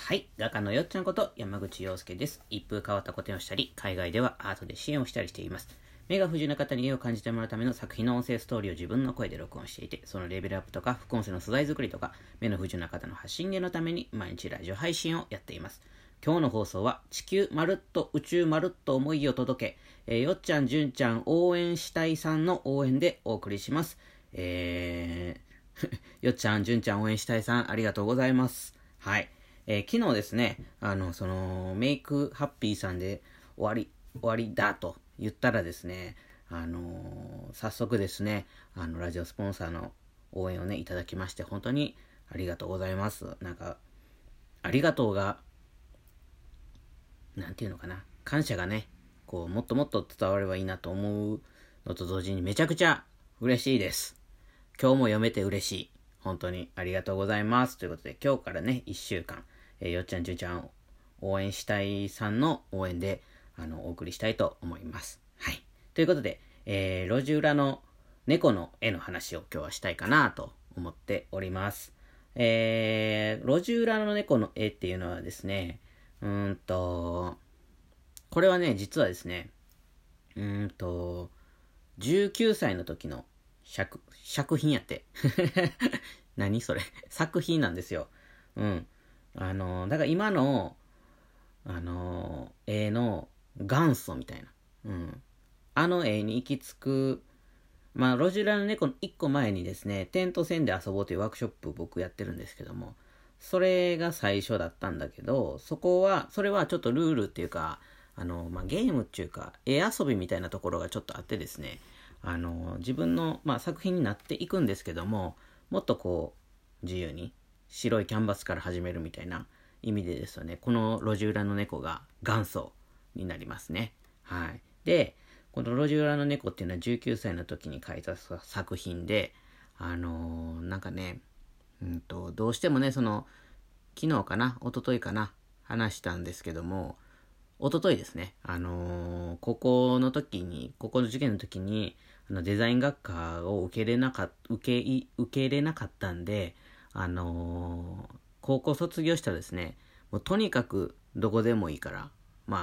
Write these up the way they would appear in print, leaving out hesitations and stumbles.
はい、画家のよっちゃんこと山口洋介です。一風変わった個展をしたり、海外ではアートで支援をしたりしています。目が不自由な方に絵を感じてもらうための作品の音声ストーリーを自分の声で録音していて、そのレベルアップとか副音声の素材作りとか、目の不自由な方の発信源のために毎日ラジオ配信をやっています。今日の放送は地球まるっと宇宙まるっと思いを届け、よっちゃんじゅんちゃん応援したいさんの応援でお送りします。よっちゃんじゅんちゃん応援したいさんありがとうございます。はい。昨日ですね、メイクハッピーさんで終わりだと言ったらですね、早速ですね、ラジオスポンサーの応援をね、いただきまして、本当にありがとうございます。なんか、ありがとうが、なんていうのかな、感謝がね、こう、もっともっと伝わればいいなと思うのと同時にめちゃくちゃ嬉しいです。今日も読めて嬉しい。本当にありがとうございます。ということで、今日からね、1週間、よっちゃんじゅんちゃん応援したいさんの応援でお送りしたいと思います。はい。ということで、路地裏の猫の絵の話を今日はしたいかなと思っております。路地裏の猫の絵っていうのはですね、これはね、実はですね、19歳の時の作品やって。何それ作品なんですよ。うん。だから今の、絵の元祖みたいな。うん。絵に行き着く、路地裏の猫の一個前にですね、点と線で遊ぼうというワークショップ僕やってるんですけども、それが最初だったんだけど、それはちょっとルールっていうか、ゲームっていうか、絵遊びみたいなところがちょっとあってですね、自分の、作品になっていくんですけども、もっとこう、自由に、白いキャンバスから始めるみたいな意味でですよね、この路地裏の猫が元祖になりますね。はい。で、この路地裏の猫っていうのは19歳の時に書いた作品で、なんかね、どうしてもね、昨日かな、一昨日かな、話したんですけども、一昨日ですね、高校の受験の時に、デザイン学科を受けれなかったんで、高校卒業したらですね、もうとにかくどこでもいいから、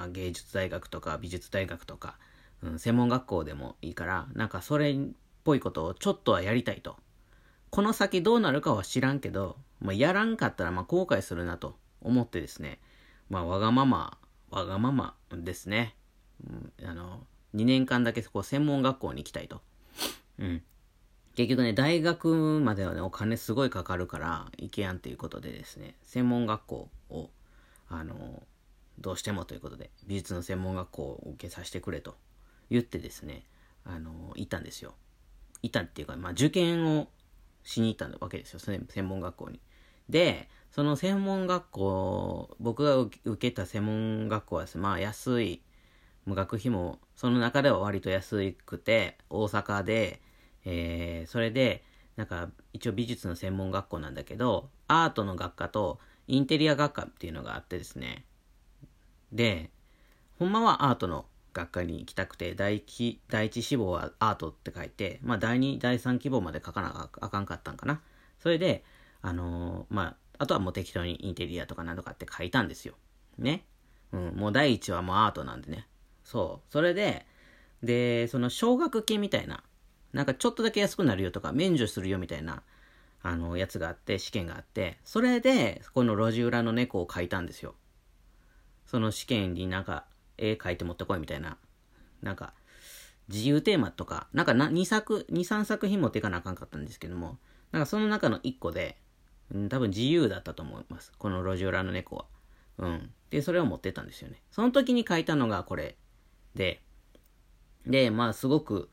芸術大学とか美術大学とか、専門学校でもいいから、なんかそれっぽいことをちょっとはやりたいと。この先どうなるかは知らんけど、やらんかったら後悔するなと思ってですね、わがままですね。2年間だけ専門学校に行きたいと。結局ね、大学まではね、お金すごいかかるから行けやんっていうことでですね、専門学校を、どうしてもということで、美術の専門学校を受けさせてくれと言ってですね、行ったんですよ。行ったっていうか、受験をしに行ったわけですよ、専門学校に。で、その専門学校、僕が受けた専門学校はですね、安い、学費も、その中では割と安くて、大阪で、それで、なんか、一応美術の専門学校なんだけど、アートの学科とインテリア学科っていうのがあってですね。で、ほんまはアートの学科に行きたくて、第一志望はアートって書いて、第2、第3希望まで書かなあかんかったんかな。それで、あとはもう適当にインテリアとかなんとかって書いたんですよ。ね。もう第一はもうアートなんでね。そう。それで、その奨学金みたいな、なんかちょっとだけ安くなるよとか、免除するよみたいな、やつがあって、試験があって、それで、この路地裏の猫を描いたんですよ。その試験になんか、絵描いて持ってこいみたいな、なんか、自由テーマとか、なんか2、3作品持っていかなあかんかったんですけども、なんかその中の1個で、多分自由だったと思います。この路地裏の猫は。で、それを持ってったんですよね。その時に描いたのがこれで、すごく、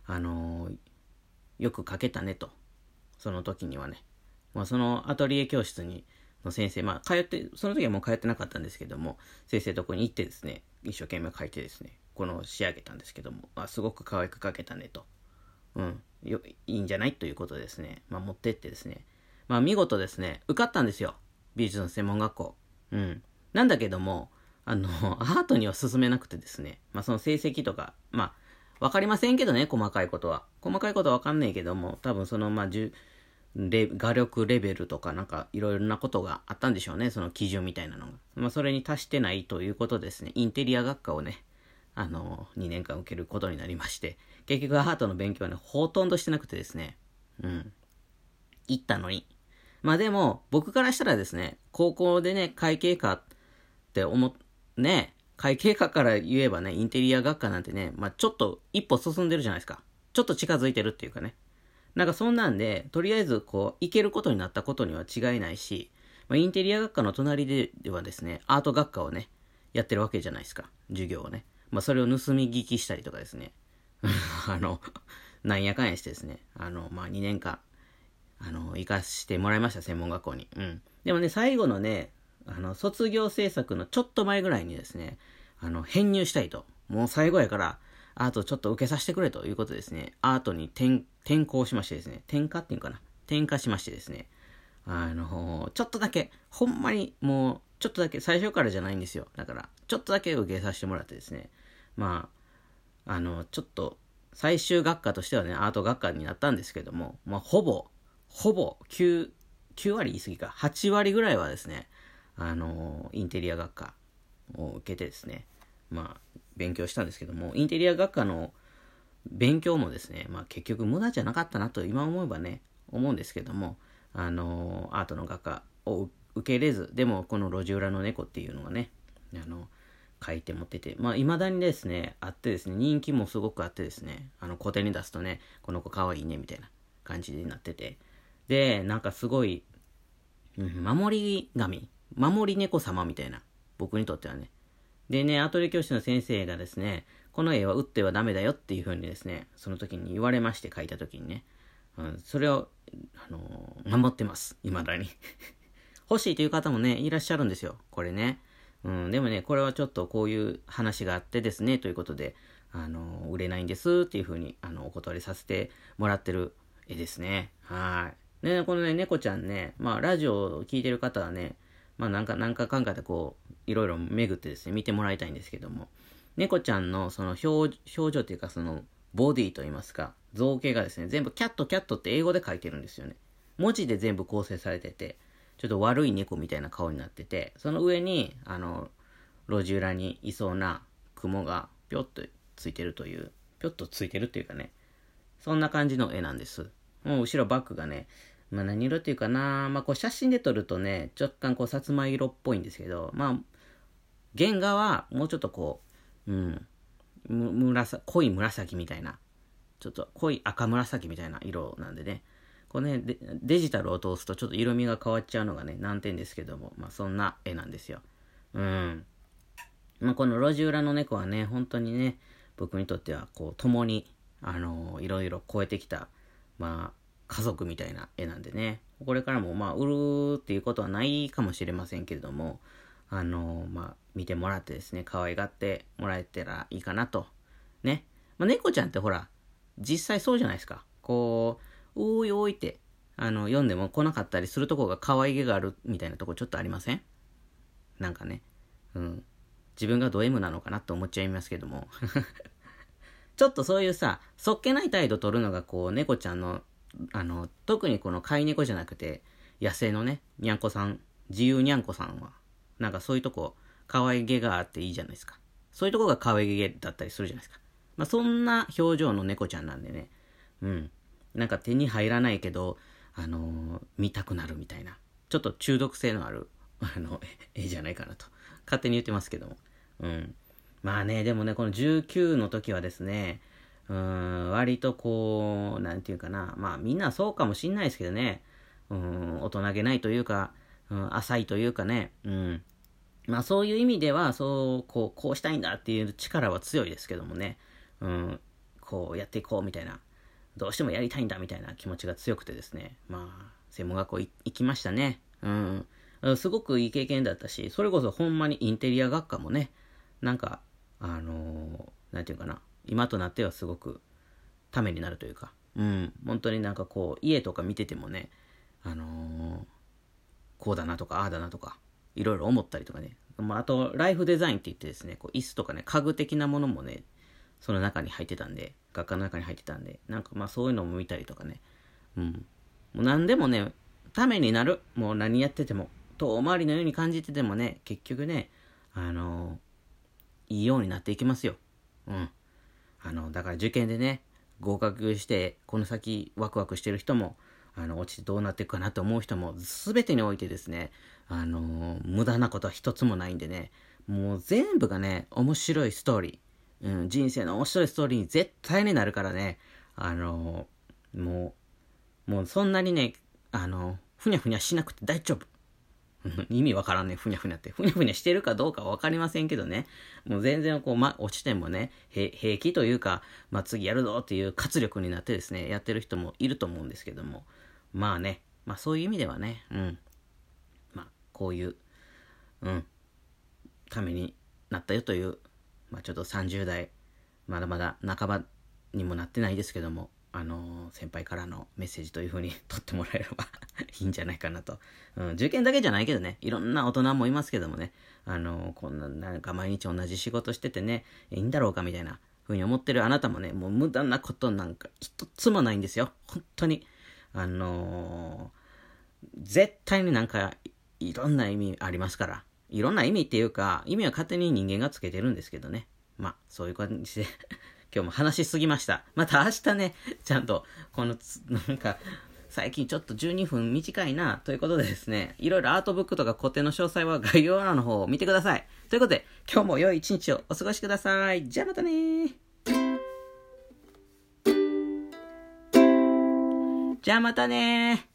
よく描けたねと。その時にはね。そのアトリエ教室の先生、その時はもう通ってなかったんですけども、先生とこに行ってですね、一生懸命描いてですね、仕上げたんですけども、すごく可愛く描けたねと。いいんじゃないということでですね、持ってってですね、見事ですね、受かったんですよ。美術の専門学校。なんだけども、アートには進めなくてですね、その成績とか、わかりませんけどね、細かいことは。細かいことはわかんないけども、多分画力レベルとかなんかいろいろなことがあったんでしょうね。その基準みたいなのが。それに達してないということですね。インテリア学科をね、2年間受けることになりまして、結局アートの勉強はね、ほとんどしてなくてですね。行ったのに。でも、僕からしたらですね、高校でね、会計科って会計科から言えばね、インテリア学科なんてね、ちょっと一歩進んでるじゃないですか。ちょっと近づいてるっていうかね。なんかそんなんで、とりあえず行けることになったことには違いないし、インテリア学科の隣ではですね、アート学科をね、やってるわけじゃないですか。授業をね。それを盗み聞きしたりとかですね。なんやかんやしてですね、2年間、行かしてもらいました、専門学校に。でもね、最後のね、卒業制作のちょっと前ぐらいにですね、編入したいと。もう最後やから、アートちょっと受けさせてくれということですね、アートに転校しましてですね、転科っていうかな、転科しましてですね、ちょっとだけ、ほんまにもう、ちょっとだけ、最初からじゃないんですよ。だから、ちょっとだけ受けさせてもらってですね、ちょっと、最終学科としてはね、アート学科になったんですけども、ほぼ9割言い過ぎか、8割ぐらいはですね、インテリア学科を受けてですね、勉強したんですけども、インテリア学科の勉強もですね、結局無駄じゃなかったなと今思えばね、思うんですけども、アートの学科を受け入れず、でもこの路地裏の猫っていうのがね、書いて持ってて、未だにですね、あってですね、人気もすごくあってですね、個展に出すとね、この子可愛いね、みたいな感じになってて、で、なんかすごい、守り猫様みたいな、僕にとってはね。でね、アトリエ教室の先生がですね、この絵は打ってはダメだよっていう風にですね、その時に言われまして、書いた時にね、それを、守ってます、未だに。欲しいという方もね、いらっしゃるんですよ、これね。でもね、これはちょっとこういう話があってですね、ということで、売れないんですっていう風に、お断りさせてもらってる絵ですね。はい。ね、このね、猫ちゃんね、ラジオを聞いてる方はね、なんかかんかでいろいろ巡ってですね、見てもらいたいんですけども、猫ちゃんのその表情っていうか、その、ボディといいますか、造形がですね、全部キャットって英語で書いてるんですよね。文字で全部構成されてて、ちょっと悪い猫みたいな顔になってて、その上に、路地裏にいそうな雲がぴょっとついてるという、ぴょっとついてるっていうかね、そんな感じの絵なんです。もう後ろバックがね、何色っていうかな、写真で撮るとね、若干さつま色っぽいんですけど、原画はもうちょっと濃い紫みたいな、ちょっと濃い赤紫みたいな色なんでね、デジタルを通すとちょっと色味が変わっちゃうのがね、難点ですけども、そんな絵なんですよ。この路地裏の猫はね、本当にね、僕にとっては共に、いろいろ超えてきた、家族みたいな絵なんでね、これからも売るっていうことはないかもしれませんけれども、見てもらってですね、可愛がってもらえたらいいかなと。ね。猫ちゃんってほら、実際そうじゃないですか。おいおいって、読んでも来なかったりするとこが可愛げがあるみたいなとこちょっとありません？なんかね。自分がド M なのかなって思っちゃいますけども。ちょっとそういうさ、そっけない態度取るのが猫ちゃんの、特にこの飼い猫じゃなくて、野生のね、にゃんこさん、自由にゃんこさんは、なんかそういうとこ、可愛げがあっていいじゃないですか。そういうとこが可愛げだったりするじゃないですか。そんな表情の猫ちゃんなんでね、なんか手に入らないけど、見たくなるみたいな、ちょっと中毒性のある、絵じゃないかなと、勝手に言ってますけども。でもね、この19の時はですね、割となんていうかな、みんなそうかもしんないですけどね、大人げないというか、浅いというかね、そういう意味では、こうしたいんだっていう力は強いですけどもね、こうやっていこうみたいな、どうしてもやりたいんだみたいな気持ちが強くてですね、専門学校行きましたね。すごくいい経験だったし、それこそほんまにインテリア学科もね、なんか、なんていうかな、今となってはすごくためになるというか、本当になんか家とか見ててもね、こうだなとか、ああだなとか、いろいろ思ったりとかね、あと、ライフデザインって言ってですね、椅子とかね、家具的なものもね、その中に入ってたんで、学科の中に入ってたんで、なんかそういうのも見たりとかね、 もう何でもね、ためになる。もう何やってても。遠回りのように感じててもね、結局ね、いいようになっていきますよ。うん。だから受験でね、合格して、この先ワクワクしてる人も、落ちてどうなっていくかなと思う人も、すべてにおいてですね、無駄なことは一つもないんでね、もう全部がね、面白いストーリー。人生の面白いストーリーに絶対になるからね、もうそんなにね、ふにゃふにゃしなくて大丈夫。意味わからんね、ふにゃふにゃって。ふにゃふにゃしてるかどうかはわかりませんけどね。もう全然落ちてもね、平気というか、次やるぞっていう活力になってですね、やってる人もいると思うんですけども。まあね、そういう意味ではね、こういう、ためになったよという、ちょっと30代、まだまだ半ばにもなってないですけども、先輩からのメッセージという風に取ってもらえればいいんじゃないかなと。受験だけじゃないけどね、いろんな大人もいますけどもね、こんななんか毎日同じ仕事しててね、いいんだろうかみたいな風に思ってるあなたもね、もう無駄なことなんか一つもないんですよ。本当に。絶対になんかいろんな意味ありますから。いろんな意味っていうか、意味は勝手に人間がつけてるんですけどね。そういう感じで今日も話しすぎました。また明日ね、ちゃんと、なんか、最近ちょっと12分短いな、ということでですね、いろいろアートブックとか固定の詳細は概要欄の方を見てください。ということで、今日も良い一日をお過ごしください。じゃあまたねー。じゃあまたねー。